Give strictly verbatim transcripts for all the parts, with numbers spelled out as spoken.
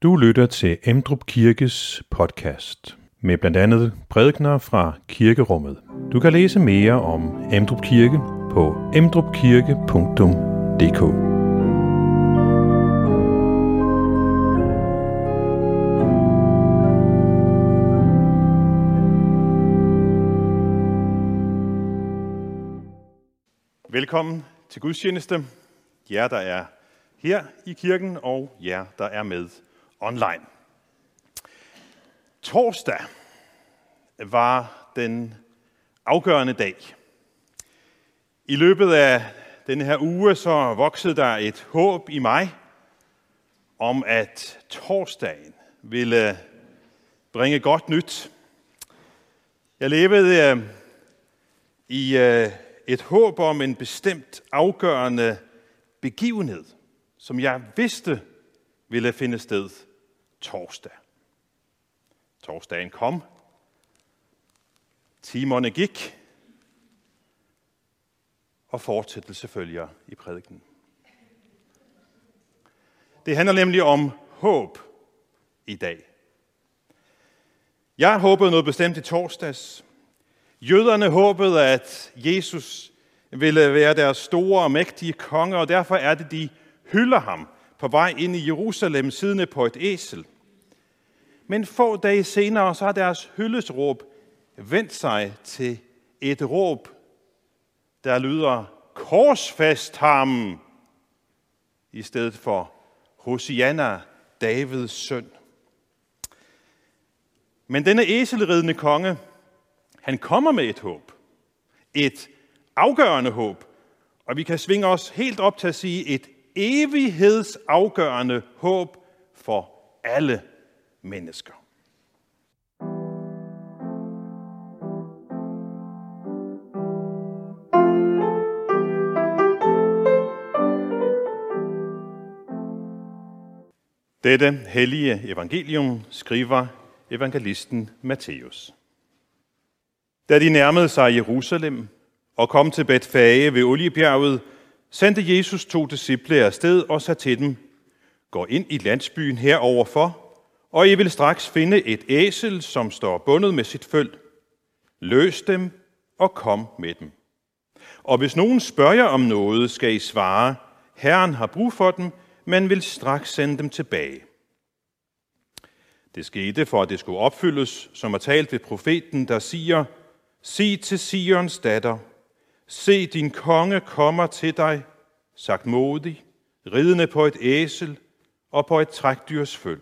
Du lytter til Emdrup Kirkes podcast med blandt andet prædikener fra kirkerummet. Du kan læse mere om Emdrup Kirke på emdrupkirke punktum d k. Velkommen til gudstjeneste. Jer, der er her i kirken, og jer, der er med online. Torsdag var den afgørende dag. I løbet af denne her uge så voksede der et håb i mig om, at torsdagen ville bringe godt nyt. Jeg levede i et håb om en bestemt afgørende begivenhed, som jeg vidste ville finde sted torsdag. Torsdagen kom. Timerne gik. Og fortsættelse følger i prædiken. Det handler nemlig om håb i dag. Jeg håbede noget bestemt i torsdags. Jøderne håbede, at Jesus ville være deres store og mægtige konge, og derfor er det, de hylder ham på vej ind i Jerusalem, siddende på et æsel. Men få dage senere, så har deres hyldesråb vendt sig til et råb, der lyder, korsfæst ham, i stedet for Hosianna, Davids søn. Men denne æselridende konge, han kommer med et håb. Et afgørende håb. Og vi kan svinge os helt op til at sige et evighedsafgørende håb for alle mennesker. Dette hellige evangelium skriver evangelisten Matthæus. Da de nærmede sig Jerusalem og kom til Betfage ved Oliebjerget, sendte Jesus to disciple afsted og sagde til dem, gå ind i landsbyen heroverfor, og I vil straks finde et æsel, som står bundet med sit føl. Løs dem og kom med dem. Og hvis nogen spørger jer om noget, skal I svare, Herren har brug for dem, men vil straks sende dem tilbage. Det skete, for at det skulle opfyldes, som er talt ved profeten, der siger, sig til Sions datter, se din konge kommer til dig, sagt modig, ridende på et æsel og på et trækdyrs føl.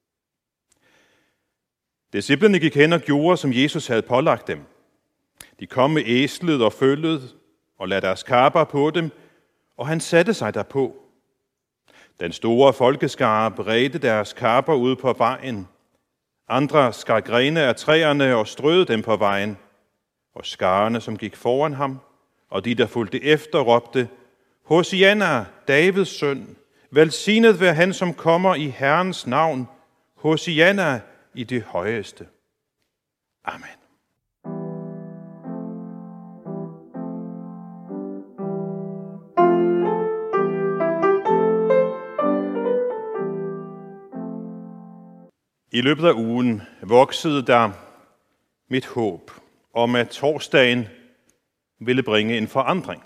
Disciplene gik hen og gjorde, som Jesus havde pålagt dem. De kom med æslet og følget og lagde deres kapper på dem, og han satte sig derpå. Den store folkeskare bredte deres kapper ude på vejen. Andre skar grene af træerne og strøede dem på vejen. Og skarerne, som gik foran ham, og de, der fulgte efter, råbte, Hosianna, Davids søn, velsignet være han, som kommer i Herrens navn, Hosianna i det højeste. Amen. I løbet af ugen voksede der mit håb om, at torsdagen ville bringe en forandring.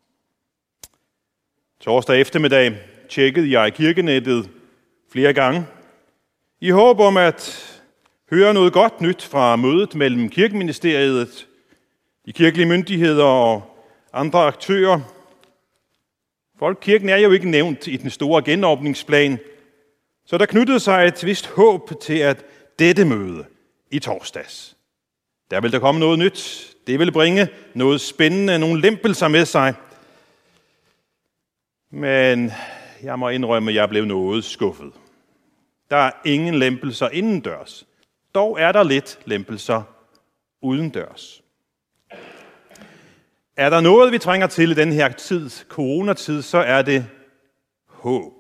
Torsdag eftermiddag tjekkede jeg kirkenettet flere gange, i håb om at høre noget godt nyt fra mødet mellem Kirkeministeriet, de kirkelige myndigheder og andre aktører. Folkekirken er jo ikke nævnt i den store genåbningsplan, så der knyttede sig et vist håb til, at dette møde i torsdags, der ville der komme noget nyt. Det ville bringe noget spændende, nogle lempelser med sig. Men jeg må indrømme, at jeg blev noget skuffet. Der er ingen lempelser indendørs. Dog er der lidt lempelser udendørs. Er der noget, vi trænger til i den her tid, coronatid, så er det håb.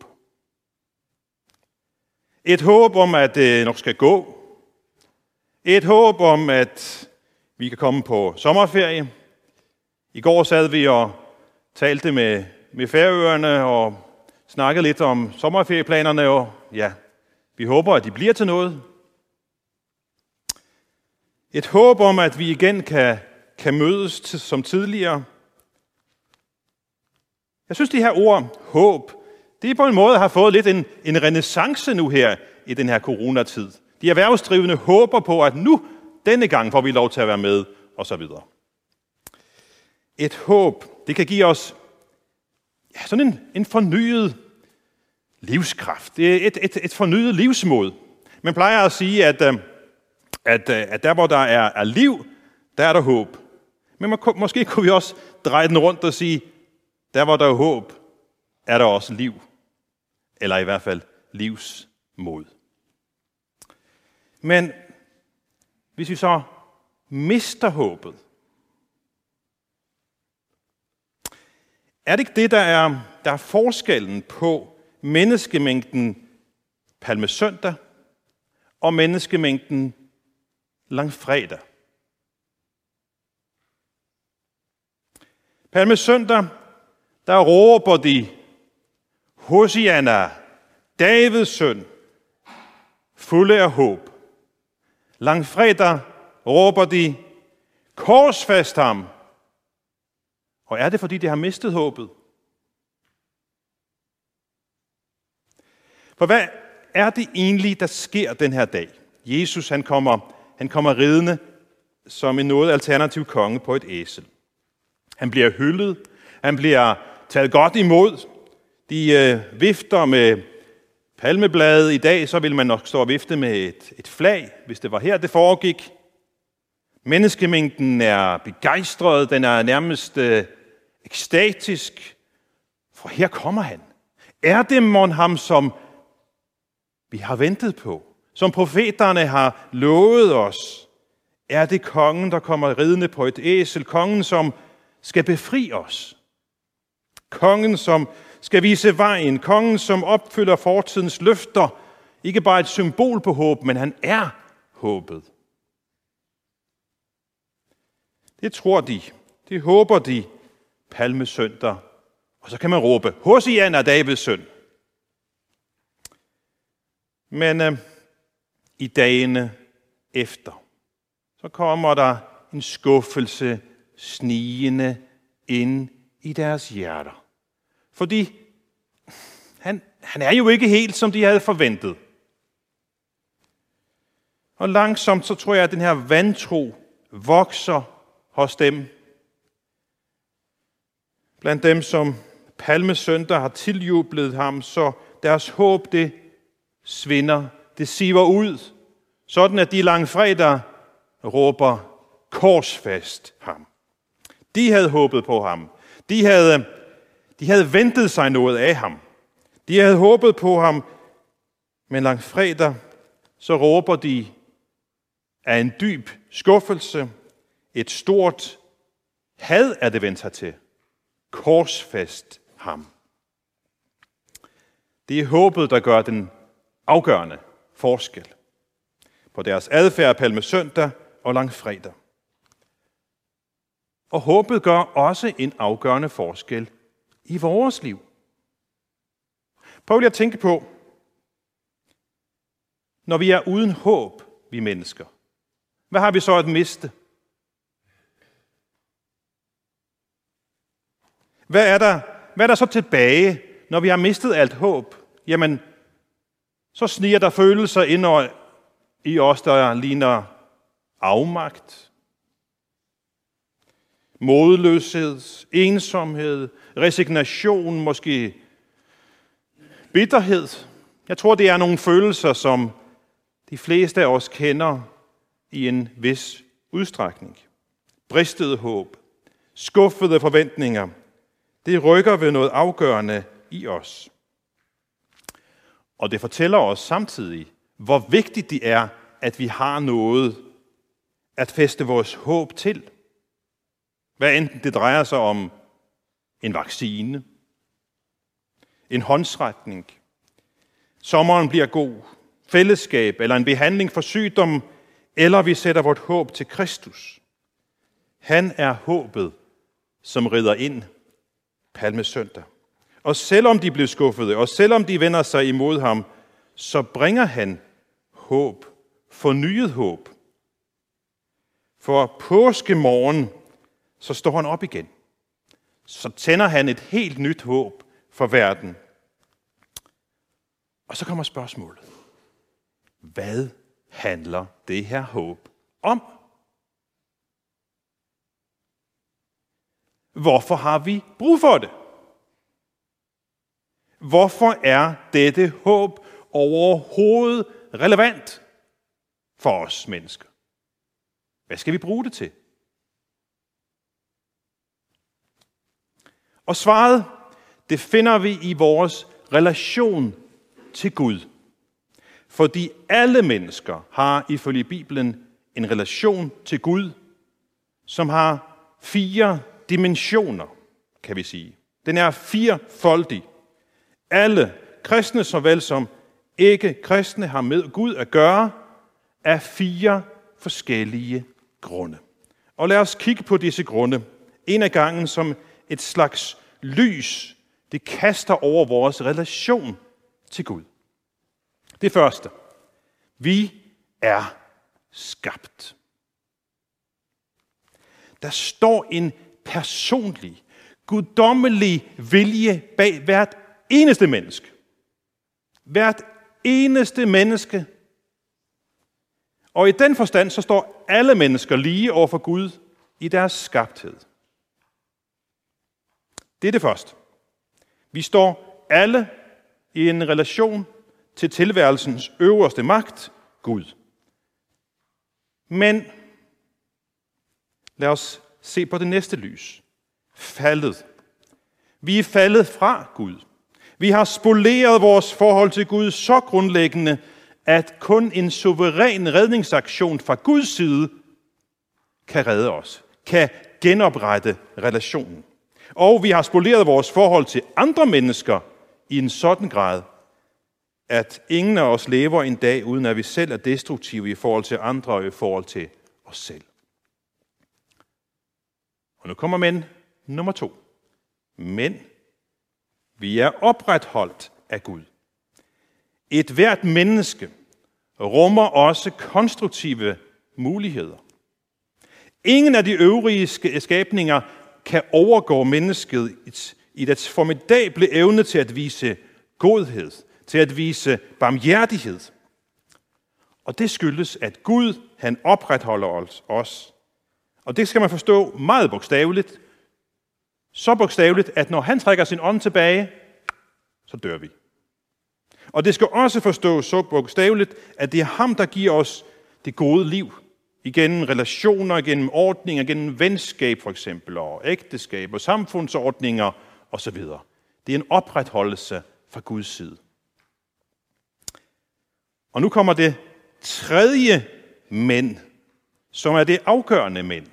Et håb om, at det nok skal gå. Et håb om, at vi kan komme på sommerferie. I går sad vi og talte med, med Færøerne og snakkede lidt om sommerferieplanerne, og ja, Vi håber, at de bliver til noget. Et håb om, at vi igen kan, kan mødes til, som tidligere. Jeg synes, de her ord, håb, det er på en måde har fået lidt en, en renæssance nu her i den her coronatid. De erhvervsdrivende håber på, at nu, denne gang, får vi lov til at være med, og så videre. Et håb, det kan give os ja, sådan en, en fornyet livskraft. Det er et, et, et fornyet livsmod. Man plejer at sige, at, at, at der, hvor der er, er liv, der er der håb. Men må, måske kunne vi også dreje den rundt og sige, der, hvor der er håb, er der også liv. Eller i hvert fald livsmod. Men hvis vi så mister håbet, er det ikke det, der er, der er forskellen på menneskemængden palmesøndag og menneskemængden langfredag? Palmesøndag, der råber de, Hosianna, Davids søn, fulde af håb. Langfredag råber de, korsfæst ham. Og er det, fordi de har mistet håbet? For hvad er det egentlig, der sker den her dag? Jesus, han kommer, han kommer ridende som en noget alternativ konge på et æsel. Han bliver hyldet, han bliver taget godt imod. De øh, vifter med palmeblade. I dag så vil man nok stå og vifte med et, et flag, hvis det var her, det foregik. Menneskemængden er begejstret, den er nærmest øh, ekstatisk, for her kommer han. Er det mon ham, som vi har ventet på, som profeterne har lovet os? Er det kongen, der kommer ridende på et æsel, kongen, som skal befri os? Kongen, som skal vise vejen, kongen, som opfylder fortidens løfter, ikke bare et symbol på håb, men han er håbet. Det tror de, det håber de palmesøndag, og så kan man råbe, Hosianna, Davids søn. Men øh, i dagene efter, så kommer der en skuffelse snigende ind i deres hjerter. Fordi han, han er jo ikke helt, som de havde forventet. Og langsomt, så tror jeg, at den her vantro vokser hos dem. Blandt dem, som palmesøndag har tiljublet ham, så deres håb, det svinder, det siver ud, sådan at de langfredag råber, korsfæst ham. De havde håbet på ham. De havde, de havde ventet sig noget af ham. De havde håbet på ham, men langfredag, så råber de af en dyb skuffelse, et stort had er det vendt sig til. Korsfæst ham. Det er håbet, der gør den afgørende forskel på deres adfærd palmesøndag og langfredag. Og håbet gør også en afgørende forskel i vores liv. Prøv lige at tænke på, når vi er uden håb, vi mennesker, hvad har vi så at miste? Hvad er der, hvad er der så tilbage, når vi har mistet alt håb? Jamen, så sniger der følelser ind i os, der ligner afmagt, modløshed, ensomhed, resignation, måske bitterhed. Jeg tror, det er nogle følelser, som de fleste af os kender i en vis udstrækning. Bristet håb, skuffede forventninger, det rykker ved noget afgørende i os. Og det fortæller os samtidig, hvor vigtigt det er, at vi har noget at fæste vores håb til. Hvad enten det drejer sig om en vaccine, en håndsrækning, sommeren bliver god, fællesskab eller en behandling for sygdom, eller vi sætter vort håb til Kristus. Han er håbet, som rider ind palmesøndag. Og selvom de blev skuffede, og selvom de vender sig imod ham, så bringer han håb, fornyet håb. For påskemorgen, så står han op igen. Så tænder han et helt nyt håb for verden. Og så kommer spørgsmålet. Hvad handler det her håb om? Hvorfor har vi brug for det? Hvorfor er dette håb overhovedet relevant for os mennesker? Hvad skal vi bruge det til? Og svaret, det finder vi i vores relation til Gud. Fordi alle mennesker har ifølge Bibelen en relation til Gud, som har fire dimensioner, kan vi sige. Den er firefoldig. Alle kristne såvel som ikke kristne har med Gud at gøre af fire forskellige grunde. Og lad os kigge på disse grunde. En af gangen som et slags lys, det kaster over vores relation til Gud. Det første. Vi er skabt. Der står en personlig, guddommelig vilje bag hvert eneste menneske. Hvert eneste menneske. Og i den forstand, så står alle mennesker lige over for Gud i deres skabthed. Det er det første. Vi står alle i en relation til tilværelsens øverste magt, Gud. Men lad os se på det næste lys. Faldet. Vi er faldet fra Gud. Vi har spoleret vores forhold til Gud så grundlæggende, at kun en suveræn redningsaktion fra Guds side kan redde os, kan genoprette relationen. Og vi har spoleret vores forhold til andre mennesker i en sådan grad, at ingen af os lever en dag, uden at vi selv er destruktive i forhold til andre og i forhold til os selv. Og nu kommer men nummer to. Men vi er opretholdt af Gud. Et hvert menneske rummer også konstruktive muligheder. Ingen af de øvrige skabninger kan overgå mennesket i dets formidable evne til at vise godhed, til at vise barmhjertighed. Og det skyldes, at Gud, han opretholder os. Og det skal man forstå meget bogstaveligt. Så bogstaveligt, at når han trækker sin ånd tilbage, så dør vi. Og det skal også forstås så bogstaveligt, at det er ham, der giver os det gode liv. Igennem relationer, gennem ordninger, gennem venskab for eksempel, og ægteskab og samfundsordninger osv. Det er en opretholdelse fra Guds side. Og nu kommer det tredje men, som er det afgørende men.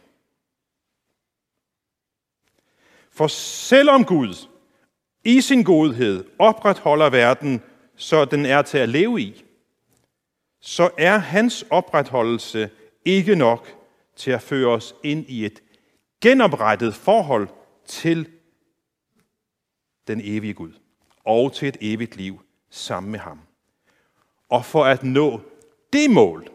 For selvom Gud i sin godhed opretholder verden, så den er til at leve i, så er hans opretholdelse ikke nok til at føre os ind i et genoprettet forhold til den evige Gud og til et evigt liv sammen med ham. Og for at nå det mål,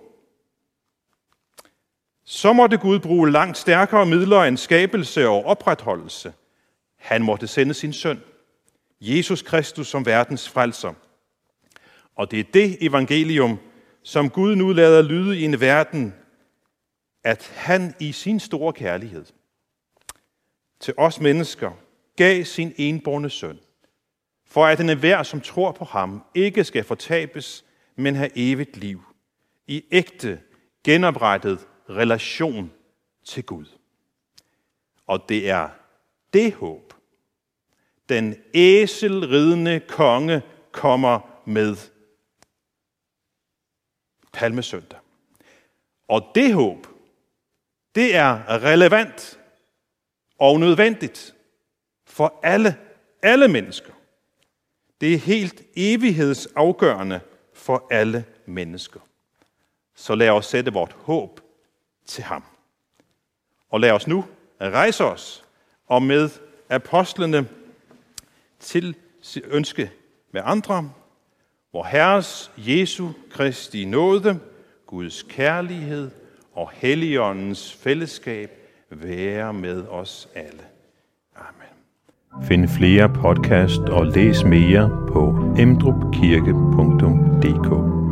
så måtte Gud bruge langt stærkere midler end skabelse og opretholdelse. Han måtte sende sin søn, Jesus Kristus, som verdens frelser. Og det er det evangelium, som Gud nu lader lyde i en verden, at han i sin store kærlighed til os mennesker gav sin enbårne søn, for at enhver, som tror på ham, ikke skal fortabes, men have evigt liv i ægte, genoprettet relation til Gud. Og det er det håb, den æselridende konge kommer med palmesøndag. Og det håb, det er relevant og nødvendigt for alle, alle mennesker. Det er helt evighedsafgørende for alle mennesker. Så lad os sætte vort håb til ham. Og lad os nu rejse os og med apostlene til ønske med andre Vor Herres Jesu Kristi nåde, Guds kærlighed og Helligåndens fællesskab være med os alle. Amen. Find flere podcast og læs mere på emdrupkirke punktum d k.